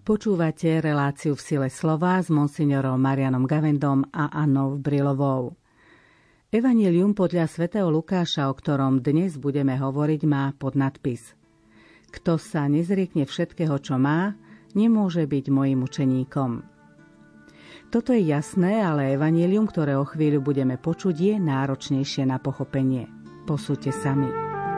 Počúvate reláciu v sile slova s monsignorom Marianom Gavendom a Annou Brilovou. Evanjelium podľa svätého Lukáša, o ktorom dnes budeme hovoriť, má podnadpis: Kto sa nezriekne všetkého, čo má, nemôže byť mojím učeníkom. Toto je jasné, ale evanjelium, ktoré o chvíľu budeme počuť, je náročnejšie na pochopenie. Posúďte sami.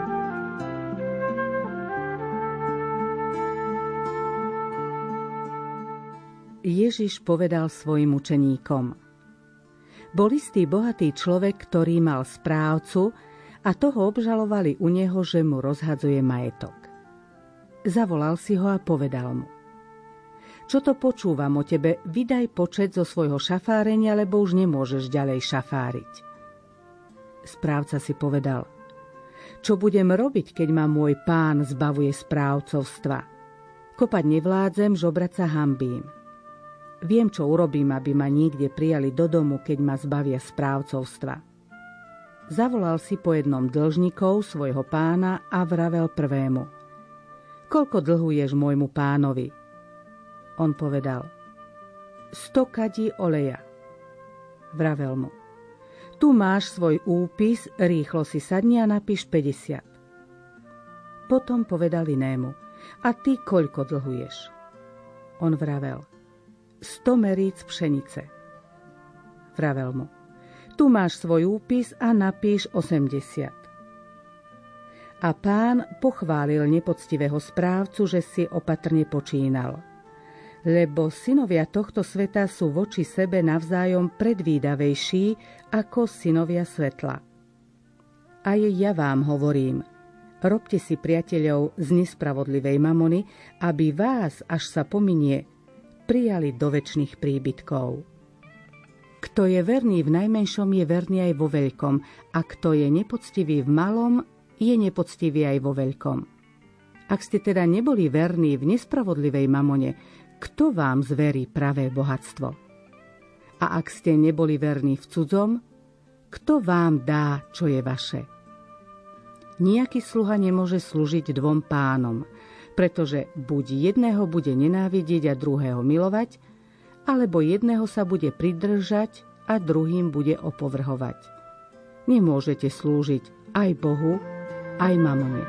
Ježiš povedal svojim učeníkom: Bol istý bohatý človek, ktorý mal správcu, a toho obžalovali u neho, že mu rozhadzuje majetok. Zavolal si ho a povedal mu: Čo to počúvam o tebe, vydaj počet zo svojho šafárenia, lebo už nemôžeš ďalej šafáriť. Správca si povedal: Čo budem robiť, keď ma môj pán zbavuje správcovstva? Kopať nevládzem, žobrať sa hanbím. Viem, čo urobím, aby ma niekde prijali do domu, keď ma zbavia správcovstva. Zavolal si po jednom dlžníkov svojho pána a vravel prvému: Koľko dlhuješ môjmu pánovi? On povedal: 100 kadí oleja. Vravel mu: Tu máš svoj úpis, rýchlo si sadni a napíš 50. Potom povedal inému: A ty koľko dlhuješ? On vravel: 100 meríc pšenice. Vravel mu: Tu máš svoj úpis a napíš 80. A pán pochválil nepoctivého správcu, že si opatrne počínal. Lebo synovia tohto sveta sú voči sebe navzájom predvídavejší ako synovia svetla. Aj ja vám hovorím, robte si priateľov z nespravodlivej mamony, aby vás, až sa pominie, prijali do večných príbytkov. Kto je verný v najmenšom, je verný aj vo veľkom, a kto je nepoctivý v malom, je nepoctivý aj vo veľkom. Ak ste teda neboli verní v nespravodlivej mamone, kto vám zverí pravé bohatstvo? A ak ste neboli verní v cudzom, kto vám dá, čo je vaše? Nijaký sluha nemôže slúžiť dvom pánom, pretože buď jedného bude nenávidieť a druhého milovať, alebo jedného sa bude pridržať a druhým bude opovrhovať. Nemôžete slúžiť aj Bohu, aj mamone.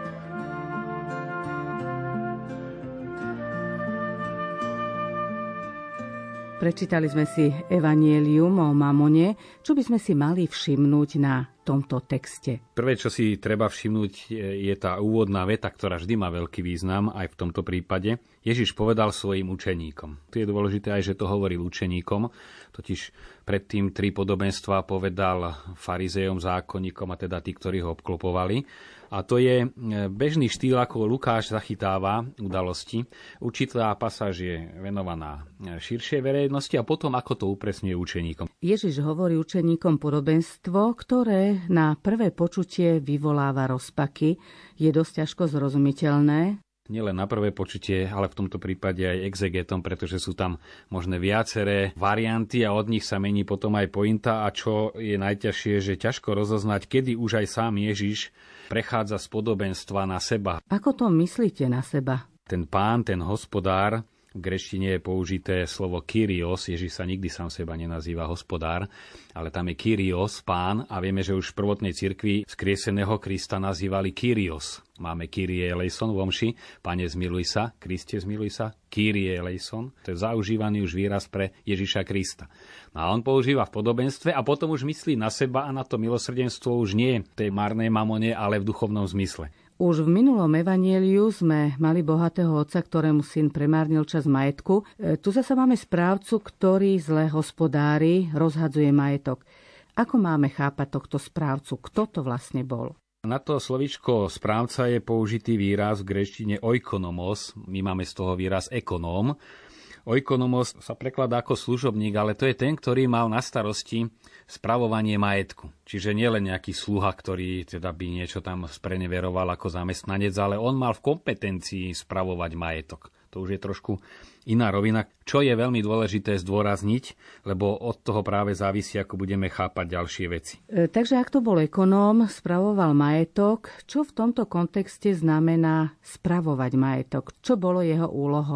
Prečítali sme si evanjelium o mamone. Čo by sme si mali všimnúť na tomto texte? Prvé, čo si treba všimnúť, je tá úvodná veta, ktorá vždy má veľký význam, aj v tomto prípade. Ježiš povedal svojim učeníkom. Tu je dôležité aj, že to hovoril učeníkom, totiž predtým 3 podobenstvá povedal farizejom, zákonníkom, a teda tí, ktorí ho obklopovali. A to je bežný štýl, ako Lukáš zachytáva udalosti. Určitá pasáž je venovaná širšej verejnosti a potom ako to upresňuje učeníkom. Ježiš hovorí učeníkom podobenstvo, ktoré na prvé počutie vyvoláva rozpaky. Je dosť ťažko zrozumiteľné. Nielen na prvé počutie, ale v tomto prípade aj exegetom, pretože sú tam možné viaceré varianty a od nich sa mení potom aj pointa. A čo je najťažšie, že ťažko rozoznať, kedy už aj sám Ježiš prechádza z podobenstva na seba. Ako to myslíte na seba? Ten pán, ten hospodár, v gréčtine je použité slovo Kyrios. Ježiš sa nikdy sám seba nenazýva hospodár, ale tam je Kyrios, pán, a vieme, že už v prvotnej cirkvi vzkrieseného Krista nazývali Kyrios. Máme Kyrie eleison v omši, Pane zmiluj sa, Kriste zmiluj sa, Kyrie eleison, to je zaužívaný už výraz pre Ježiša Krista. No a on používa v podobenstve a potom už myslí na seba a na to milosrdenstvo už nie v tej marnej mamone, ale v duchovnom zmysle. Už v minulom evanjeliu sme mali bohatého otca, ktorému syn premárnil časť majetku. Tu zasa máme správcu, ktorý zle hospodári, rozhadzuje majetok. Ako máme chápať tohto správcu? Kto to vlastne bol? Na to slovíčko správca je použitý výraz v gréčtine oikonomos. My máme z toho výraz ekonóm. Oikonomos sa prekladá ako služobník, ale to je ten, ktorý mal na starosti spravovanie majetku. Čiže nielen nejaký sluha, ktorý teda by niečo tam spreneveroval ako zamestnanec, ale on mal v kompetencii spravovať majetok. To už je trošku iná rovina, čo je veľmi dôležité zdôrazniť, lebo od toho práve závisí, ako budeme chápať ďalšie veci. Takže ak to bol ekonóm, spravoval majetok, čo v tomto kontexte znamená spravovať majetok? Čo bolo jeho úlohou?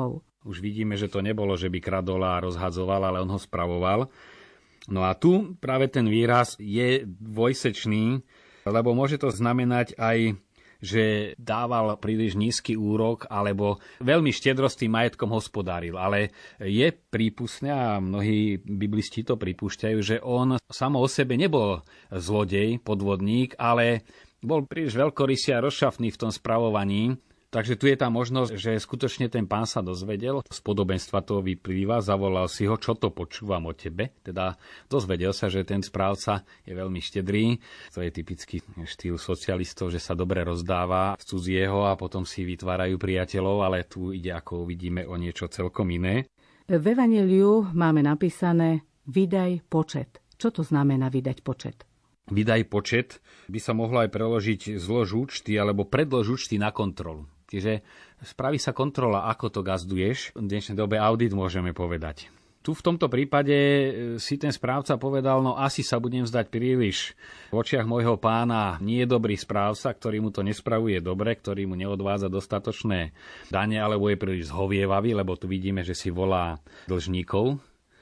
Už vidíme, že to nebolo, že by kradol a rozhadzoval, ale on ho spravoval. No a tu práve ten výraz je dvojsečný, lebo môže to znamenať aj, že dával príliš nízky úrok alebo veľmi štedro s tým majetkom hospodáril. Ale je prípustné, a mnohí biblisti to pripúšťajú, že on samo o sebe nebol zlodej, podvodník, ale bol príliš veľkorysý a rozšafný v tom spravovaní. Takže tu je tá možnosť, že skutočne ten pán sa dozvedel, z podobenstva toho vyplýva, zavolal si ho, čo to počúvam o tebe. Teda dozvedel sa, že ten správca je veľmi štedrý. To je typický štýl socialistov, že sa dobre rozdáva z cudzieho a potom si vytvárajú priateľov, ale tu ide, ako uvidíme, o niečo celkom iné. V Evanjeliu máme napísané vydaj počet. Čo to znamená vydať počet? Vydaj počet by sa mohlo aj preložiť zlož účty alebo predlož účty na kontrolu. Čiže spraví sa kontrola, ako to gazduješ. V dnešnej dobe audit môžeme povedať. Tu v tomto prípade si ten správca povedal, no asi sa budem zdať príliš v očiach môjho pána nie je dobrý správca, ktorý mu to nespravuje dobre, ktorý mu neodvádza dostatočné dane, alebo je príliš zhovievavý, lebo tu vidíme, že si volá dlžníkov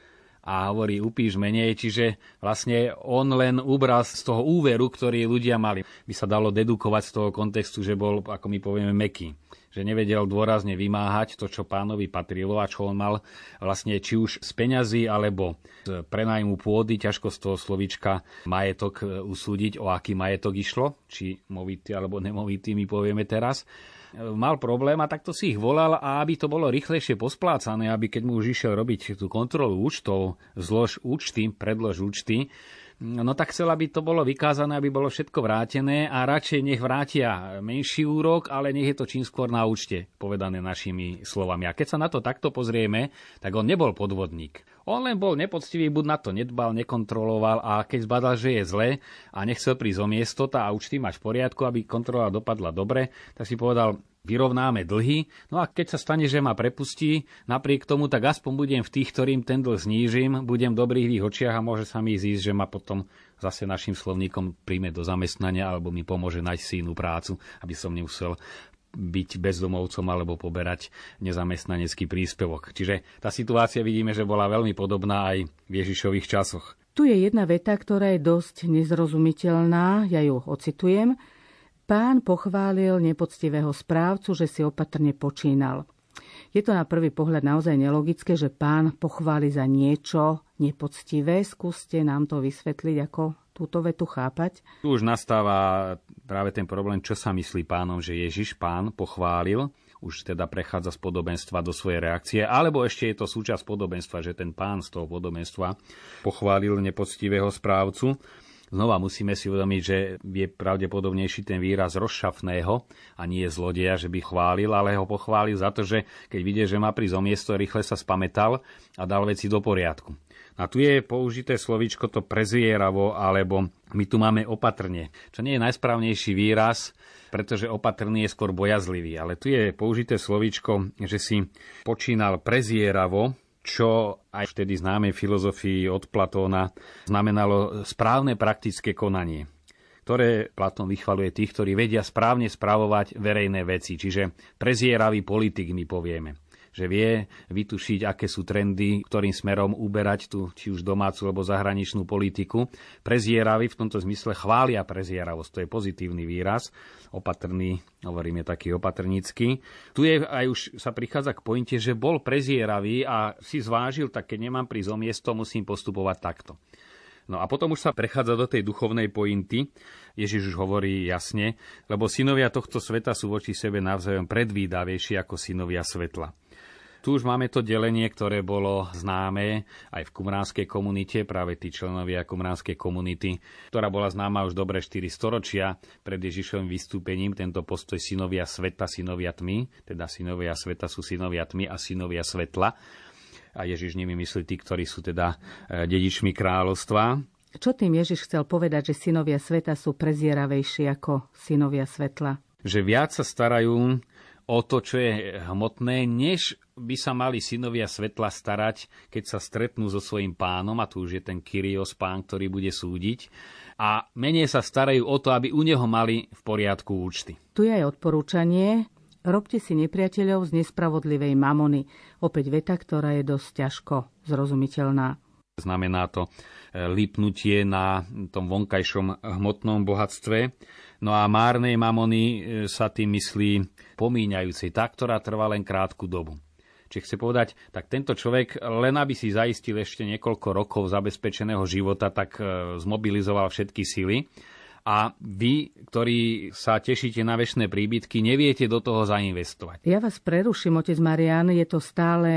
a hovorí, upíš menej, čiže vlastne on len ubral z toho úveru, ktorý ľudia mali. By sa dalo dedukovať z toho kontextu, že bol, ako my povieme, mäkký. Že nevedel dôrazne vymáhať to, čo pánovi patrilo a čo on mal vlastne či už z peňazí alebo z prenajmu pôdy, ťažko z toho slovíčka majetok usúdiť, o aký majetok išlo, či movitý alebo nemovitý, my povieme teraz. Mal problém a takto si ich volal a aby to bolo rýchlejšie posplácané, aby keď mu už išiel robiť tú kontrolu účtov, zlož účty, predlož účty, no tak chcel, aby to bolo vykázané, aby bolo všetko vrátené a radšej nech vrátia menší úrok, ale nech je to čím skôr na účte, povedané našimi slovami. A keď sa na to takto pozrieme, tak on nebol podvodník. On len bol nepoctivý, buď na to nedbal, nekontroloval a keď zbadal, že je zle a nechcel prísť o miesto a účty máš v poriadku, aby kontrola dopadla dobre, tak si povedal, vyrovnáme dlhy, no a keď sa stane, že ma prepustí, napriek tomu, tak aspoň budem v tých, ktorým ten dlh znížim, budem dobrý v ich očiach a môže sa mi zísť, že ma potom zase našim slovníkom príjme do zamestnania alebo mi pomôže nájsť si inú prácu, aby som nemusel byť bezdomovcom alebo poberať nezamestnanecký príspevok. Čiže tá situácia vidíme, že bola veľmi podobná aj v Ježišových časoch. Tu je jedna veta, ktorá je dosť nezrozumiteľná, ja ju ocitujem. Pán pochválil nepoctivého správcu, že si opatrne počínal. Je to na prvý pohľad naozaj nelogické, že pán pochváli za niečo nepoctivé. Skúste nám to vysvetliť, ako túto vetu chápať. Tu už nastáva práve ten problém, čo sa myslí pánom, že Ježiš pán pochválil. Už teda prechádza z podobenstva do svojej reakcie, alebo ešte je to súčasť podobenstva, že ten pán z toho podobenstva pochválil nepoctivého správcu. Znova musíme si uvedomiť, že je pravdepodobnejší ten výraz rozšafného a nie zlodeja, že by chválil, ale ho pochválil za to, že keď vidie, že má prísť o miesto, rýchle sa spamätal a dal veci do poriadku. A tu je použité slovíčko to prezvieravo, alebo my tu máme opatrne, čo nie je najsprávnejší výraz, pretože opatrný je skôr bojazlivý. Ale tu je použité slovíčko, že si počínal prezieravo, čo aj vtedy známej filozofii od Platóna znamenalo správne praktické konanie, ktoré Platón vychvaľuje tých, ktorí vedia správne spravovať verejné veci. Čiže prezieravý politik, my povieme, že vie vytušiť, aké sú trendy, ktorým smerom uberať tú, či už domácu alebo zahraničnú politiku. Prezieravý v tomto zmysle chvália prezieravosť, to je pozitívny výraz. Opatrný, hovoríme taký opatrnícky. Tu je aj už sa prichádza k pointe, že bol prezieravý a si zvážil, tak keď nemám prísť o miesto, musím postupovať takto. No a potom už sa prechádza do tej duchovnej pointy. Ježiš už hovorí jasne, lebo synovia tohto sveta sú voči sebe navzájom predvídavejší ako synovia svetla. Tu už máme to delenie, ktoré bolo známe aj v kumránskej komunite, práve tí členovia kumránskej komunity, ktorá bola známa už dobre 4 storočia pred Ježišovým vystúpením, tento postoj synovia sveta, synovia tmy, teda synovia sveta sú synovia tmy a synovia svetla. A Ježiš nimi myslí tí, ktorí sú teda dedičmi kráľovstva. Čo tým Ježiš chcel povedať, že synovia sveta sú prezieravejší ako synovia svetla? Že viac sa starajú o to, čo je hmotné, než by sa mali synovia svetla starať, keď sa stretnú so svojím pánom, a tu už je ten Kyrios pán, ktorý bude súdiť, a menej sa starajú o to, aby u neho mali v poriadku účty. Tu je aj odporúčanie, Robte si nepriateľov z nespravodlivej mamony. Opäť veta, ktorá je dosť ťažko zrozumiteľná. Znamená to lípnutie na tom vonkajšom hmotnom bohatstve. No a márnej mamony sa tým myslí pomíňajúcej, tá, ktorá trvá len krátku dobu. Čiže chce povedať, tak tento človek, len aby si zaistil ešte niekoľko rokov zabezpečeného života, tak zmobilizoval všetky sily. A vy, ktorí sa tešíte na večné príbytky, neviete do toho zainvestovať. Ja vás preruším, otec Marián, je to stále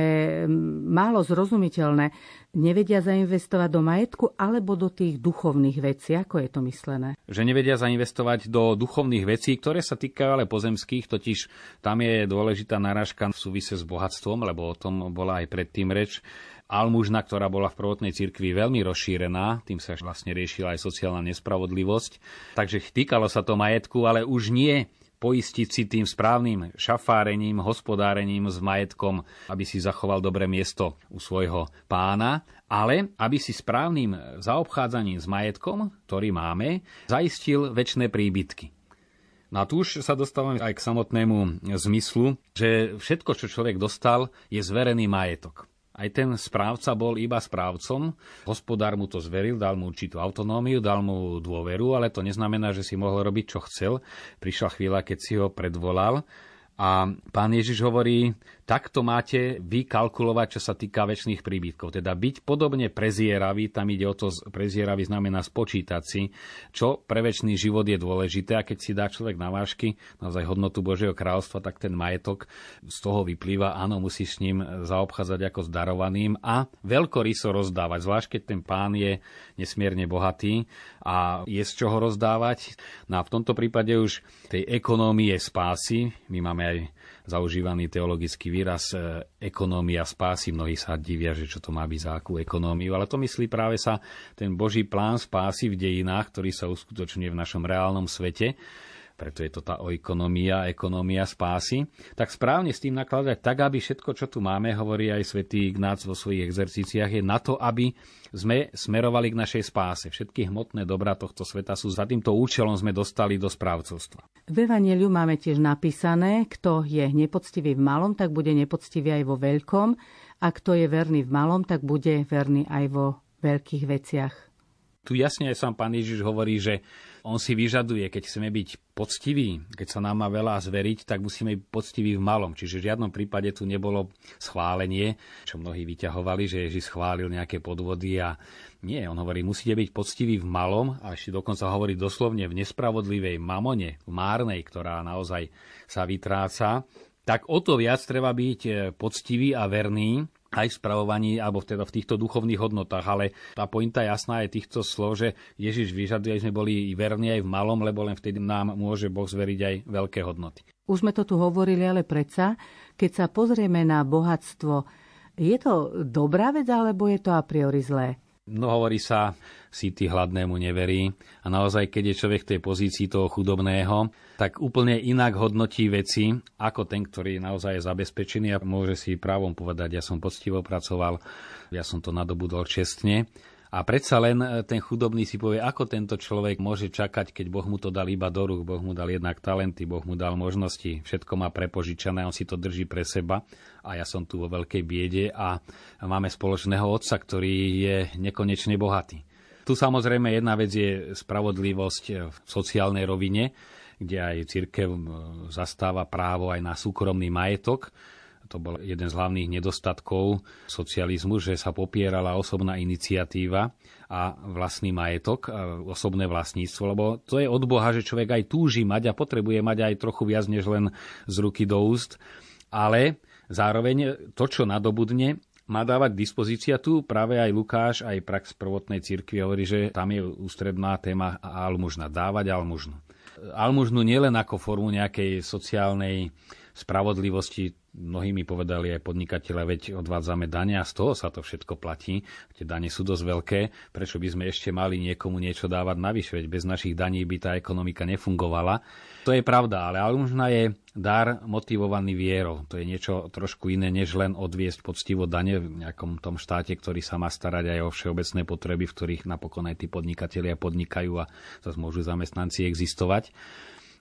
málo zrozumiteľné. Nevedia zainvestovať do majetku alebo do tých duchovných vecí? Ako je to myslené? Že nevedia zainvestovať do duchovných vecí, ktoré sa týkajú ale pozemských, totiž tam je dôležitá narážka v súvise s bohatstvom, lebo o tom bola aj predtým reč. Almužna, ktorá bola v prvotnej cirkvi veľmi rozšírená, tým sa vlastne riešila aj sociálna nespravodlivosť. Takže týkalo sa to majetku, ale už nie poistiť si tým správnym šafárením, hospodárením s majetkom, aby si zachoval dobré miesto u svojho pána, ale aby si správnym zaobchádzaním s majetkom, ktorý máme, zaistil večné príbytky. No a tu už sa dostávame aj k samotnému zmyslu, že všetko, čo človek dostal, je zverený majetok. Aj ten správca bol iba správcom, hospodár mu to zveril, dal mu určitú autonómiu, dal mu dôveru, ale to neznamená, že si mohol robiť, čo chcel. Prišla chvíľa, keď si ho predvolal. A pán Ježiš hovorí, takto máte vy kalkulovať, čo sa týka večných príbytkov. Teda byť podobne prezieravý, tam ide o to, prezieravý znamená spočítať si, čo pre večný život je dôležité. A keď si dá človek na vážky, naozaj hodnotu Božieho kráľovstva, tak ten majetok z toho vyplýva, áno, musíš s ním zaobchádzať ako s darovaným a veľkoryso rozdávať, zvlášť keď ten pán je nesmierne bohatý a je z čoho rozdávať. No a v tomto prípade už tej ekonómie spásy, my máme aj zaužívaný teologický výraz ekonómia spásy. Mnohí sa divia, že čo to má byť za akú ekonómiu, ale to myslí práve sa ten Boží plán spásy v dejinách, ktorý sa uskutočňuje v našom reálnom svete. Preto je to tá ekonómia spásy. Tak správne s tým nakladať tak, aby všetko, čo tu máme, hovorí aj svätý Ignác vo svojich exercíciách, je na to, aby sme smerovali k našej spáse. Všetky hmotné dobrá tohto sveta sú za týmto účelom sme dostali do správcovstva. V Evanjeliu máme tiež napísané, kto je nepoctivý v malom, tak bude nepoctivý aj vo veľkom, a kto je verný v malom, tak bude verný aj vo veľkých veciach. Tu jasne aj sám pán Ježiš hovorí, že on si vyžaduje, keď chceme byť poctiví, keď sa nám má veľa zveriť, tak musíme byť poctiví v malom. Čiže v žiadnom prípade tu nebolo schválenie, čo mnohí vyťahovali, že Ježiš schválil nejaké podvody a nie, on hovorí, musíte byť poctiví v malom a ešte dokonca hovorí doslovne v nespravodlivej mamone, v márnej, ktorá naozaj sa vytráca, tak o to viac treba byť poctivý a verný aj v spravovaní, alebo teda v týchto duchovných hodnotách. Ale tá pointa jasná je týchto slov, že Ježiš vyžaduje, aby sme boli verní aj v malom, lebo len vtedy nám môže Boh zveriť aj veľké hodnoty. Už sme to tu hovorili, ale predsa, keď sa pozrieme na bohatstvo, je to dobrá vec, alebo je to a priori zlé? No hovorí sa, sytý hladnému neverí. A naozaj, keď je človek v tej pozícii toho chudobného, tak úplne inak hodnotí veci, ako ten, ktorý naozaj je zabezpečený a môže si právom povedať, ja som poctivo pracoval, ja som to nadobudol čestne. A predsa len ten chudobný si povie, ako tento človek môže čakať, keď Boh mu to dal iba do rúk, Boh mu dal jednak talenty, Boh mu dal možnosti, všetko má prepožičané, on si to drží pre seba a ja som tu vo veľkej biede a máme spoločného otca, ktorý je nekonečne bohatý. Tu samozrejme jedna vec je spravodlivosť v sociálnej rovine, kde aj cirkev zastáva právo aj na súkromný majetok. To bol jeden z hlavných nedostatkov socializmu, že sa popierala osobná iniciatíva a vlastný majetok, osobné vlastníctvo, lebo to je od Boha, že človek aj túži mať a potrebuje mať aj trochu viac, než len z ruky do úst, ale zároveň to, čo nadobudne, má dávať dispozícia. Tu práve aj Lukáš, aj prax prvotnej cirkvi hovorí, že tam je ústredná téma almužna, dávať almužnu. Almužnu nielen ako formu nejakej sociálnej spravodlivosti, mnohí mi povedali aj podnikatelia, veď odvádzame dane a z toho sa to všetko platí. Tie dane sú dosť veľké, prečo by sme ešte mali niekomu niečo dávať navyše, veď bez našich daní by tá ekonomika nefungovala. To je pravda, ale almužna je dar motivovaný vierou. To je niečo trošku iné, než len odviesť poctivo dane v nejakom tom štáte, ktorý sa má starať aj o všeobecné potreby, v ktorých napokon aj tí podnikatelia podnikajú a zase môžu zamestnanci existovať.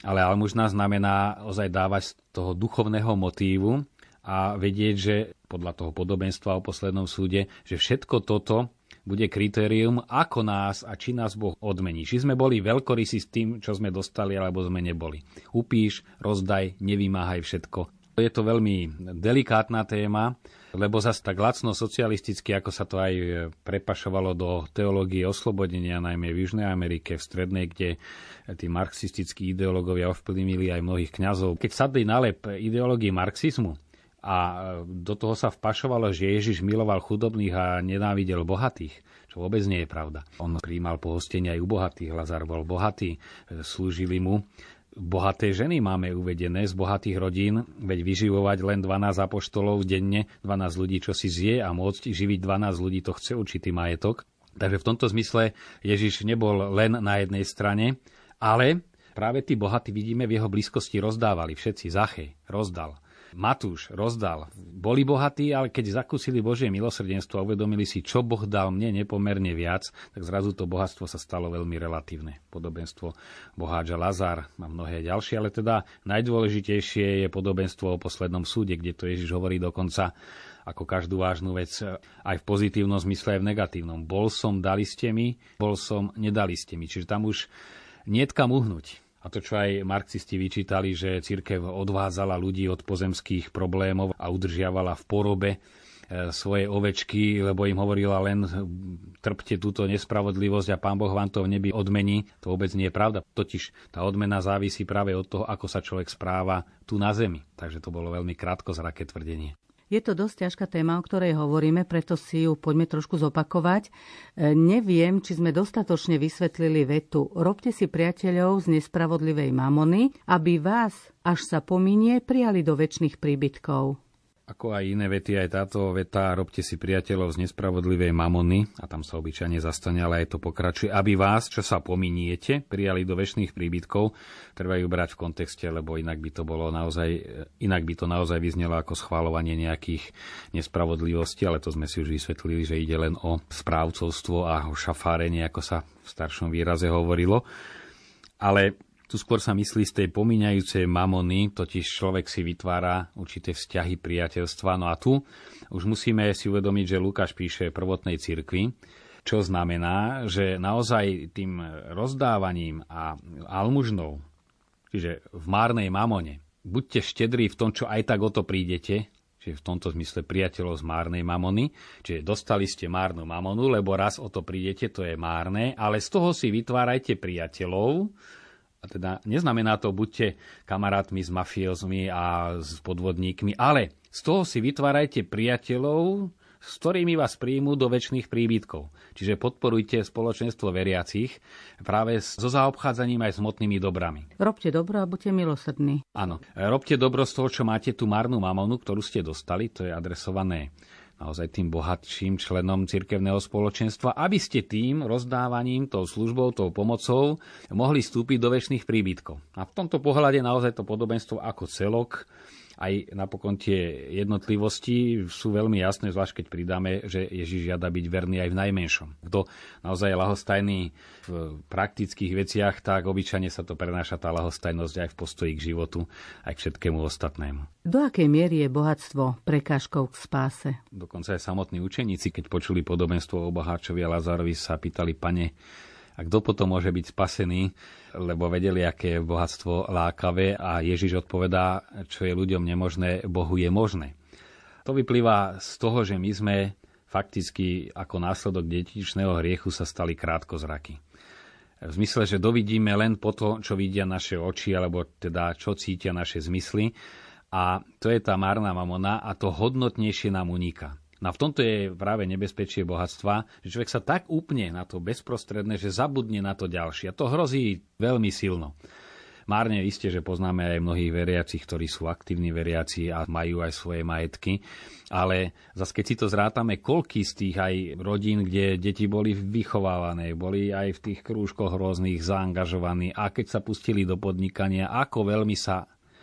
ale almužna znamená ozaj dávať z toho duchovného motívu a vedieť, že podľa toho podobenstva o poslednom súde, že všetko toto bude kritérium, ako nás a či nás Boh odmení. Či sme boli veľkorysí s tým, čo sme dostali, alebo sme neboli. Upíš, rozdaj, nevymáhaj všetko. Je to veľmi delikátna téma, lebo zase tak lacno socialisticky, ako sa to aj prepašovalo do teológie oslobodenia, najmä v Južnej Amerike, v Strednej, kde tí marxistickí ideológovia ovplyvnili aj mnohých kňazov. Keď sadli na lep ideológii marxizmu, a do toho sa vpašovalo, že Ježiš miloval chudobných a nenávidel bohatých, čo vôbec nie je pravda. On prijímal pohostenia aj u bohatých, Lazar bol bohatý, slúžili mu. Bohaté ženy máme uvedené z bohatých rodín, veď vyživovať len 12 apoštolov denne, 12 ľudí, čo si zje a môcť živiť 12 ľudí, to chce určitý majetok. Takže v tomto zmysle Ježiš nebol len na jednej strane, ale práve tí bohatí vidíme v jeho blízkosti rozdávali všetci. Zachej rozdal. Matúš rozdal. Boli bohatí, ale keď zakúsili Božie milosrdenstvo a uvedomili si, čo Boh dal mne nepomerne viac, tak zrazu to bohatstvo sa stalo veľmi relatívne. Podobenstvo boháča Lazar a mnohé ďalšie, ale teda najdôležitejšie je podobenstvo o poslednom súde, kde to Ježiš hovorí dokonca ako každú vážnu vec, aj v pozitívnom zmysle, aj v negatívnom. Bol som, dali ste mi, bol som, nedali ste mi. Čiže tam už niet kam uhnúť. A to, čo aj marxisti vyčítali, že cirkev odvádzala ľudí od pozemských problémov a udržiavala v porobe svoje ovečky, lebo im hovorila len trpte túto nespravodlivosť a Pán Boh vám to v nebi odmení. To vôbec nie je pravda. Totiž tá odmena závisí práve od toho, ako sa človek správa tu na zemi. Takže to bolo veľmi krátkozraké tvrdenie. Je to dosť ťažká téma, o ktorej hovoríme, preto si ju poďme trošku zopakovať. Neviem, či sme dostatočne vysvetlili vetu. Robte si priateľov z nespravodlivej mamony, aby vás, až sa pominie, prijali do večných príbytkov. Ako aj iné vety, aj táto veta, robte si priateľov z nespravodlivej mamony, a tam sa obyčajne zastane, ale aj to pokračuje, aby vás, čo sa pominiete, prijali do večných príbytkov. Treba ju brať v kontexte, lebo inak by to naozaj vyznelo ako schvaľovanie nejakých nespravodlivostí, ale to sme si už vysvetlili, že ide len o správcovstvo a o šafárenie, ako sa v staršom výraze hovorilo. Ale tu skôr sa myslí z tej pomíňajúcej mamony, totiž človek si vytvára určité vzťahy priateľstva. No a tu už musíme si uvedomiť, že Lukáš píše prvotnej cirkvi, čo znamená, že naozaj tým rozdávaním a almužnou, čiže v márnej mamone, buďte štedrí v tom, čo aj tak o to prídete, čiže v tomto zmysle priateľov z márnej mamony, čiže dostali ste márnu mamonu, lebo raz o to prídete, to je márne, ale z toho si vytvárajte priateľov. A teda neznamená to, buďte kamarátmi s mafiózmi a s podvodníkmi, ale z toho si vytvárajte priateľov, s ktorými vás príjmú do večných príbytkov. Čiže podporujte spoločenstvo veriacich práve so zaobchádzaním aj s hmotnými dobrami. Robte dobro a buďte milosrdní. Áno, robte dobro z toho, čo máte tú marnú mamonu, ktorú ste dostali, to je adresované naozaj tým bohatším členom cirkevného spoločenstva, aby ste tým rozdávaním, tou službou, tou pomocou mohli vstúpiť do večných príbytkov. A v tomto pohľade naozaj to podobenstvo ako celok, aj napokon tie jednotlivosti sú veľmi jasné, zvlášť keď pridáme, že Ježiš žiada byť verný aj v najmenšom. Kto naozaj je ľahostajný v praktických veciach, tak obyčajne sa to prenáša tá ľahostajnosť aj v postoji k životu, aj k všetkému ostatnému. Do akej miery je bohatstvo prekážkou k spáse? Dokonca aj samotní učeníci, keď počuli podobenstvo o boháčovi a Lazarovi, sa pýtali: Pane, a kto potom môže byť spasený? Lebo vedeli, aké je bohatstvo lákavé, a Ježiš odpovedá, čo je ľuďom nemožné, Bohu je možné. To vyplýva z toho, že my sme fakticky ako následok dedičného hriechu sa stali krátkozraky. V zmysle, že dovidíme len po to, čo vidia naše oči, alebo teda čo cítia naše zmysly. A to je tá márna mamona a to hodnotnejšie nám uniká. No a v tomto je práve nebezpečie bohatstva, že človek sa tak upne na to bezprostredné, že zabudne na to ďalšie. A to hrozí veľmi silno. Márne isté, že poznáme aj mnohých veriacich, ktorí sú aktívni veriaci a majú aj svoje majetky. Ale zase keď si to zrátame, koľký z tých aj rodín, kde deti boli vychovávané, boli aj v tých krúžkoch rôznych zaangažovaní, a keď sa pustili do podnikania, ako veľmi sa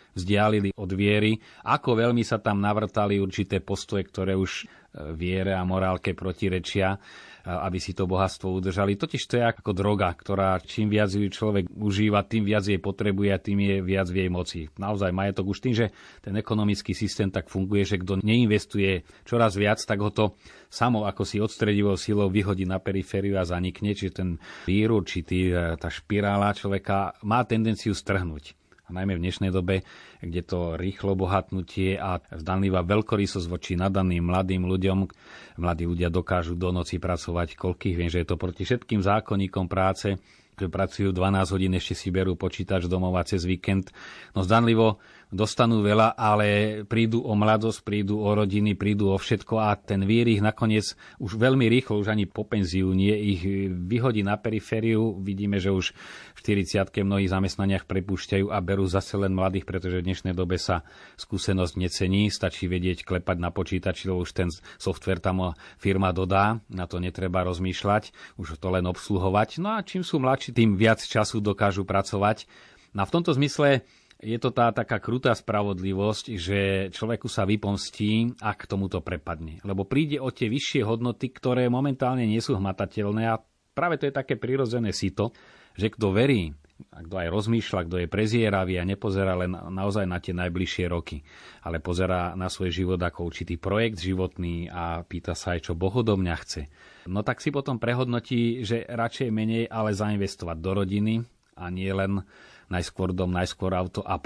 vzdialili od viery, ako veľmi sa tam navrtali určité postoje, ktoré už viere a morálke protirečia, aby si to bohatstvo udržali. Totiž to je ako droga, ktorá čím viac ju človek užíva, tým viac jej potrebuje a tým je viac v jej moci. Naozaj majetok už tým, že ten ekonomický systém tak funguje, že kto neinvestuje čoraz viac, tak ho to samo ako si odstredivou silou vyhodí na perifériu a zanikne. Čiže ten vír určitý, tá špirála človeka má tendenciu strhnúť. A najmä v dnešnej dobe, kde to rýchlo bohatnutie a zdanlivá veľkorysosť voči nadaným mladým ľuďom. Mladí ľudia dokážu do noci pracovať koľkých. Viem, že je to proti všetkým zákonníkom práce, že pracujú 12 hodín, ešte si berú počítač domov a cez víkend. No zdanlivo dostanú veľa, ale prídu o mladosť, prídu o rodiny, prídu o všetko a ten vír ich nakoniec už veľmi rýchlo, už ani po penziu nie, ich vyhodí na perifériu. Vidíme, že už v 40-ke mnohých zamestnaniach prepúšťajú a berú zase len mladých, pretože v dnešnej dobe sa skúsenosť necení. Stačí vedieť klepať na počítači, lebo už ten softvér tam firma dodá, na to netreba rozmýšľať, už to len obsluhovať. No a čím sú mladší, tým viac času dokážu pracovať. No a v tomto zmysle je to tá taká krutá spravodlivosť, že človeku sa vypomstí, ak tomuto prepadne. Lebo príde o tie vyššie hodnoty, ktoré momentálne nie sú hmatateľné a práve to je také prirodzené sito, že kto verí, a kto aj rozmýšľa, kto je prezieravý a nepozerá len naozaj na tie najbližšie roky, ale pozerá na svoj život ako určitý projekt životný a pýta sa aj, čo Boh odo mňa chce. No tak si potom prehodnotí, že radšej menej, ale zainvestovať do rodiny a nie len najskôr dom, najskôr auto a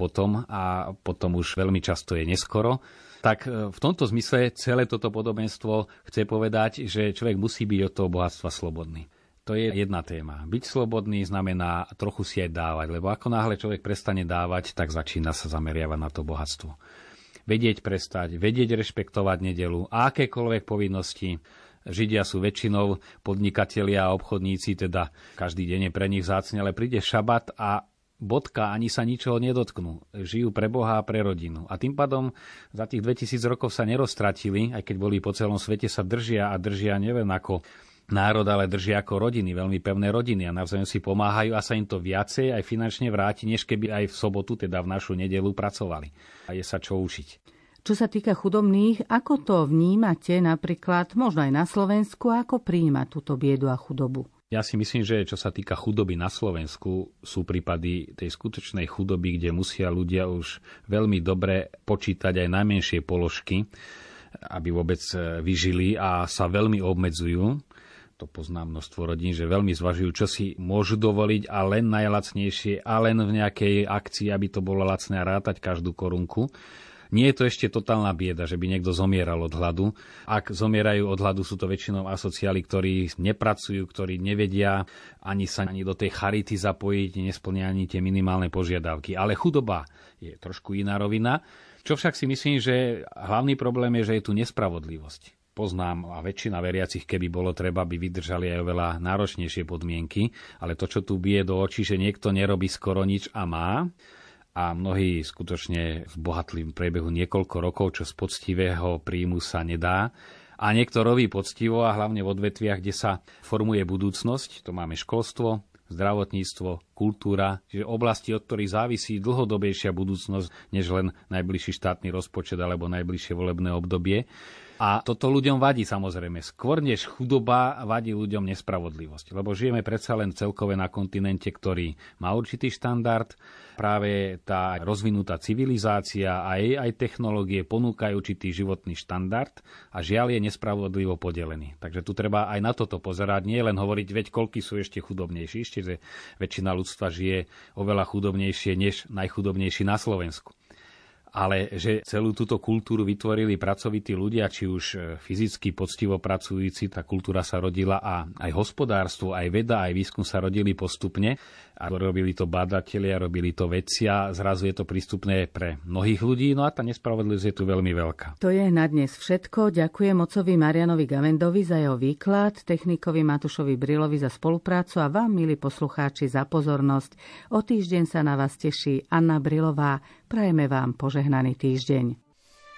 potom už veľmi často je neskoro. Tak v tomto zmysle celé toto podobenstvo chce povedať, že človek musí byť od toho bohatstva slobodný. To je jedna téma. Byť slobodný znamená trochu si aj dávať, lebo ako náhle človek prestane dávať, tak začína sa zameriavať na to bohatstvo. Vedieť prestať, vedieť rešpektovať nedeľu a akékoľvek povinnosti. Židia sú väčšinou podnikatelia a obchodníci, teda každý deň je pre nich vzácne, ale príde šabat a bodka, ani sa ničoho nedotknú. Žijú pre Boha a pre rodinu. A tým pádom za tých 2000 rokov sa neroztratili, aj keď boli po celom svete, sa držia a držia neviem ako národ, ale držia ako rodiny, veľmi pevné rodiny a navzájom si pomáhajú a sa im to viacej aj finančne vráti, než keby aj v sobotu, teda v našu nedeľu, pracovali. A je sa čo učiť. Čo sa týka chudobných, ako to vnímate napríklad, možno aj na Slovensku, ako prijíma túto biedu a chudobu? Ja si myslím, že čo sa týka chudoby na Slovensku, sú prípady tej skutočnej chudoby, kde musia ľudia už veľmi dobre počítať aj najmenšie položky, aby vôbec vyžili a sa veľmi obmedzujú. To poznám množstvo rodín, že veľmi zvažujú, čo si môžu dovoliť a len najlacnejšie a len v nejakej akcii, aby to bolo lacné a rátať každú korunku. Nie je to ešte totálna bieda, že by niekto zomieral od hladu. Ak zomierajú od hladu, sú to väčšinou asociáli, ktorí nepracujú, ktorí nevedia ani sa ani do tej charity zapojiť, nesplnia ani tie minimálne požiadavky. Ale chudoba je trošku iná rovina. Čo však si myslím, že hlavný problém je, že je tu nespravodlivosť. Poznám a väčšina veriacich, keby bolo treba, by vydržali aj oveľa náročnejšie podmienky, ale to, čo tu bije do očí, že niekto nerobí skoro nič a má, a mnohí skutočne zbohatli v priebehu niekoľko rokov, čo z poctivého príjmu sa nedá. A niekto robí poctivo a hlavne v odvetviach, kde sa formuje budúcnosť, to máme školstvo, zdravotníctvo, kultúra, čiže oblasti, od ktorých závisí dlhodobejšia budúcnosť, než len najbližší štátny rozpočet alebo najbližšie volebné obdobie. A toto ľuďom vadí samozrejme. Skôr než chudoba vadí ľuďom nespravodlivosť. Lebo žijeme predsa len celkové na kontinente, ktorý má určitý štandard. Práve tá rozvinutá civilizácia a aj technológie ponúkajú určitý životný štandard a žiaľ je nespravodlivo podelený. Takže tu treba aj na toto pozerať. Nie len hovoriť, veď koľky sú ešte chudobnejší. Ešte, že väčšina ľudstva žije oveľa chudobnejšie než najchudobnejší na Slovensku. Ale že celú túto kultúru vytvorili pracovití ľudia, či už fyzicky poctivo pracujúci, tá kultúra sa rodila a aj hospodárstvo, aj veda, aj výskum sa rodili postupne. A robili to badatelia, robili to vedci a zrazu je to prístupné pre mnohých ľudí, no a tá nespravodlivosť je tu veľmi veľká. To je na dnes všetko. Ďakujem otcovi Marianovi Gavendovi za jeho výklad, technikovi Matúšovi Brilovi za spoluprácu a vám, milí poslucháči, za pozornosť. O týždeň sa na vás teší Anna Brilová. Prajeme vám požehnaný týždeň.